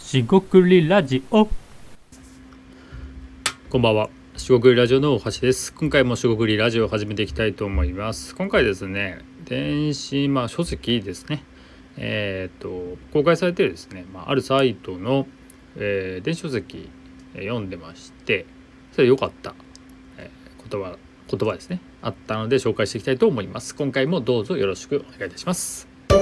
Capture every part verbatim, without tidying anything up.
しごくりラジオ。 こんばんは、しごくりラジオの大橋です。今回もしごくりラジオを始めていきたいと思います。今回ですね、電子、まあ、書籍ですね、えー、と公開されているですね、まあ、あるサイトの、えー、電子書籍、えー、読んでまして、それで良かった、えー、言葉言葉ですねあったので紹介していきたいと思います。今回もどうぞよろしくお願いいたします。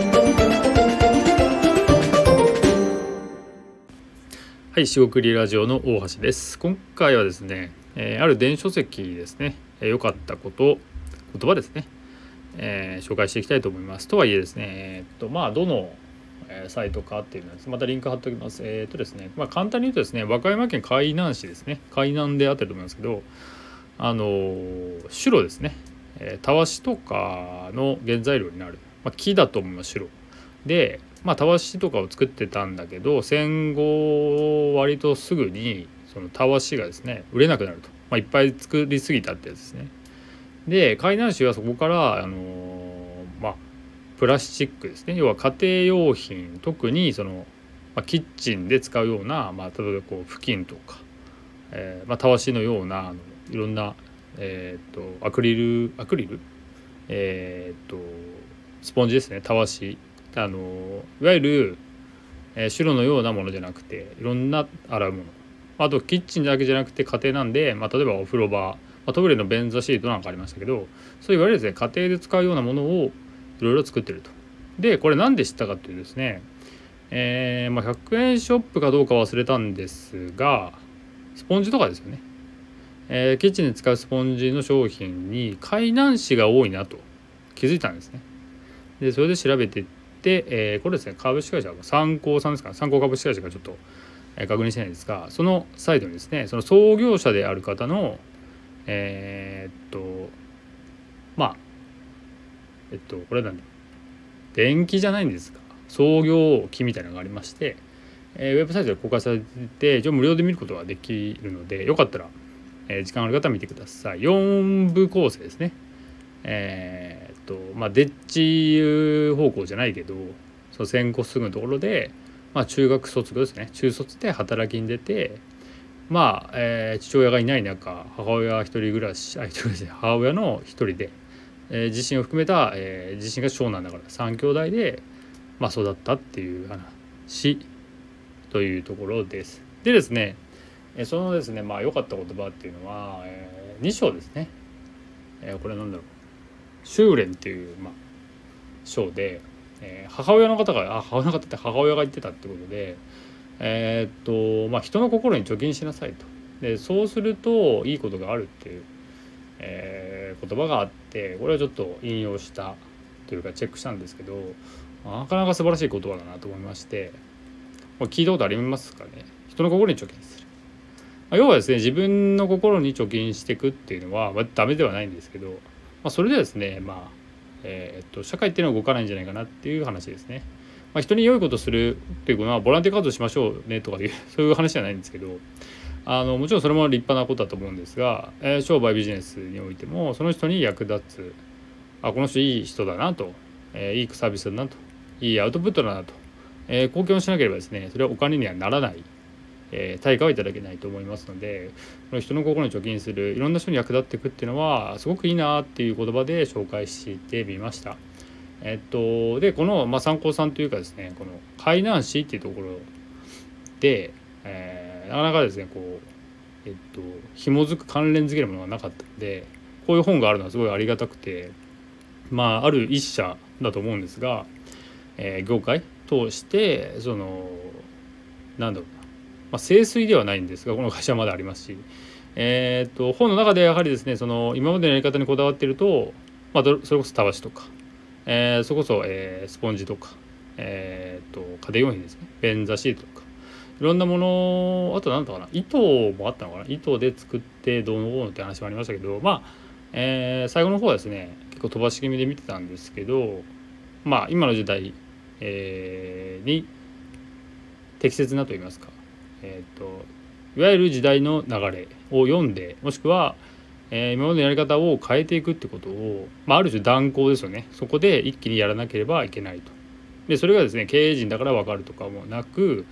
はい、しごくりラジオの大橋です。今回はですね、えー、ある電子書籍ですね、良、えー、かったこと言葉ですね、えー、紹介していきたいと思います。とはいえですね、えー、っとまあどの、えー、サイトかっていうのはまたリンク貼っておきます。えー、っとですね、まあ簡単に言うとですね、和歌山県海南市ですね、海南であってると思いますけど、あのー、シュロですね、えー、たわしとかの原材料になる、まあ、木だと思います。シュロで、まあたわしとかを作ってたんだけど、戦後割とすぐにそのたわしがですね売れなくなると、まあ、いっぱい作りすぎたってやつですね。で海南市はそこからあのー、まあプラスチックですね、要は家庭用品、特にその、まあ、キッチンで使うような、まあ、例えばこう布巾とか、えーまあ、たわしのようなあのいろんな、えー、とアクリルアクリルえー、とスポンジですね、たわし、あのいわゆる、えー、白のようなものじゃなくていろんな洗うもの、あとキッチンだけじゃなくて家庭なんで、まあ、例えばお風呂場、まあ、トイレの便座シートなんかありましたけど、そういわゆるですね家庭で使うようなものをいろいろ作ってると。でこれなんで知ったかっていうですね、えーまあ、ひゃくえんショップかどうか忘れたんですが、スポンジとかですよね、えー、キッチンで使うスポンジの商品に海南市が多いなと気づいたんですね。でそれで調べていって、えー、これですね株式会社参考さんですか、参考株式会社がちょっと確認してないんですが、そのサイトにですねその創業者である方のえー、っとまあえっとこれなんで電気じゃないんですが創業期みたいなのがありまして、えー、ウェブサイトで公開されてて一応無料で見ることができるので、よかったら、えー、時間ある方は見てください。よんぶ構成ですね。えー、っとまあデッチ方向じゃないけど、その戦後すぐのところで、まあ、中学卒業ですね、中卒で働きに出て、まあ、えー、父親がいない中母親一人暮らしあ一人暮らし母親の一人で、えー、自身を含めた、えー、自身が長男だからさん兄弟で、まあ、育ったっていう話というところです。でですね、そのですねまあ良かった言葉っていうのは、えー、に章ですね、えー、これなんだろう修練っていう、まあ、章で、えー、母親の方があ母親の方って母親が言ってたってことで、えー、っとまあ人の心に貯金しなさいと。でそうするといいことがあるっていう、えー、言葉があって、これをちょっと引用したというかチェックしたんですけど、なかなか素晴らしい言葉だなと思いまして、これ聞いたことありますかね。人の心に貯金する、まあ、要はですね自分の心に貯金していくっていうのは、まあ、ダメではないんですけど、まあ、それではですねまあえー、っと社会っていうのは動かないんじゃないかなっていう話ですね。まあ、人に良いことするっていうのはボランティア活動しましょうねとかいうそういう話じゃないんですけど、あのもちろんそれも立派なことだと思うんですが、えー、商売ビジネスにおいてもその人に役立つ、あこの人いい人だなと、えー、いいサービスだなと、いいアウトプットだなと、えー、貢献をしなければですねそれはお金にはならない、えー、対価はいただけないと思いますので、この人の心に貯金する、いろんな人に役立っていくっていうのはすごくいいなっていう言葉で紹介してみました。えっとでこの、まあ、参考さんというかですね、この海南市っていうところで、えー、なかなかですねこうえっと紐づく関連づけるものがなかったので、こういう本があるのはすごいありがたくて、まあある一社だと思うんですが、えー、業界通してそのなんだろうな、まあ、清水ではないんですがこの会社はまだありますし、えー、っと本の中でやはりですねその今までのやり方にこだわっていると、まあ、それこそたわしとか、えー、それこそ、えー、スポンジとか、えー、っと家庭用品ですね、便座シートとかいろんなもの、あと何だったかな、糸もあったのかな、糸で作ってどうのこうのって話もありましたけど、まあ、えー、最後の方はですね結構飛ばし気味で見てたんですけど、まあ今の時代、えー、に適切なと言いますか、えー、といわゆる時代の流れを読んで、もしくは、えー、今までのやり方を変えていくってことを、まあ、ある種断行ですよね。そこで一気にやらなければいけないと。でそれがですね経営陣だから分かるとかもなく、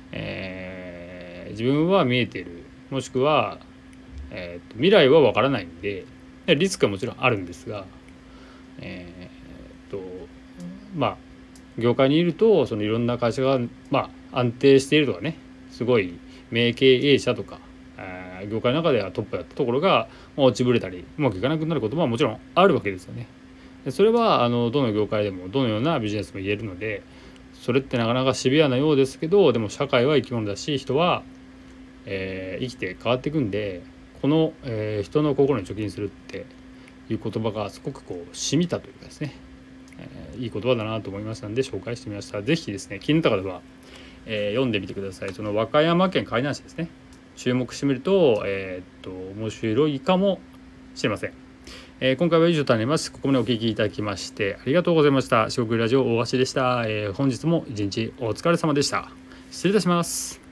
えー、自分は見えている、もしくは、えー、と未来は分からないんで、リスクはもちろんあるんですが、えー、とまあ業界にいるとそのいろんな会社が、まあ、安定しているとかね、すごい名経営者とか、えー、業界の中ではトップだったところが落ちぶれたりうまくいかなくなることももちろんあるわけですよね。それはあのどの業界でもどのようなビジネスも言えるので、それってなかなかシビアなようですけど、でも社会は生き物だし、人は、えー、生きて変わっていくんで、この、えー、人の心に貯金するっていう言葉がすごくこう染みたというかですね、えー、いい言葉だなと思いましたので紹介してみました。ぜひですね、気になった方は、えー、読んでみてください。その和歌山県海南市ですね、注目してみると、えー、っと面白いかもしれません。えー、今回は以上となります。ここまでお聞きいただきましてありがとうございました。四国ラジオ大橋でした。えー、本日も一日お疲れ様でした。失礼いたします。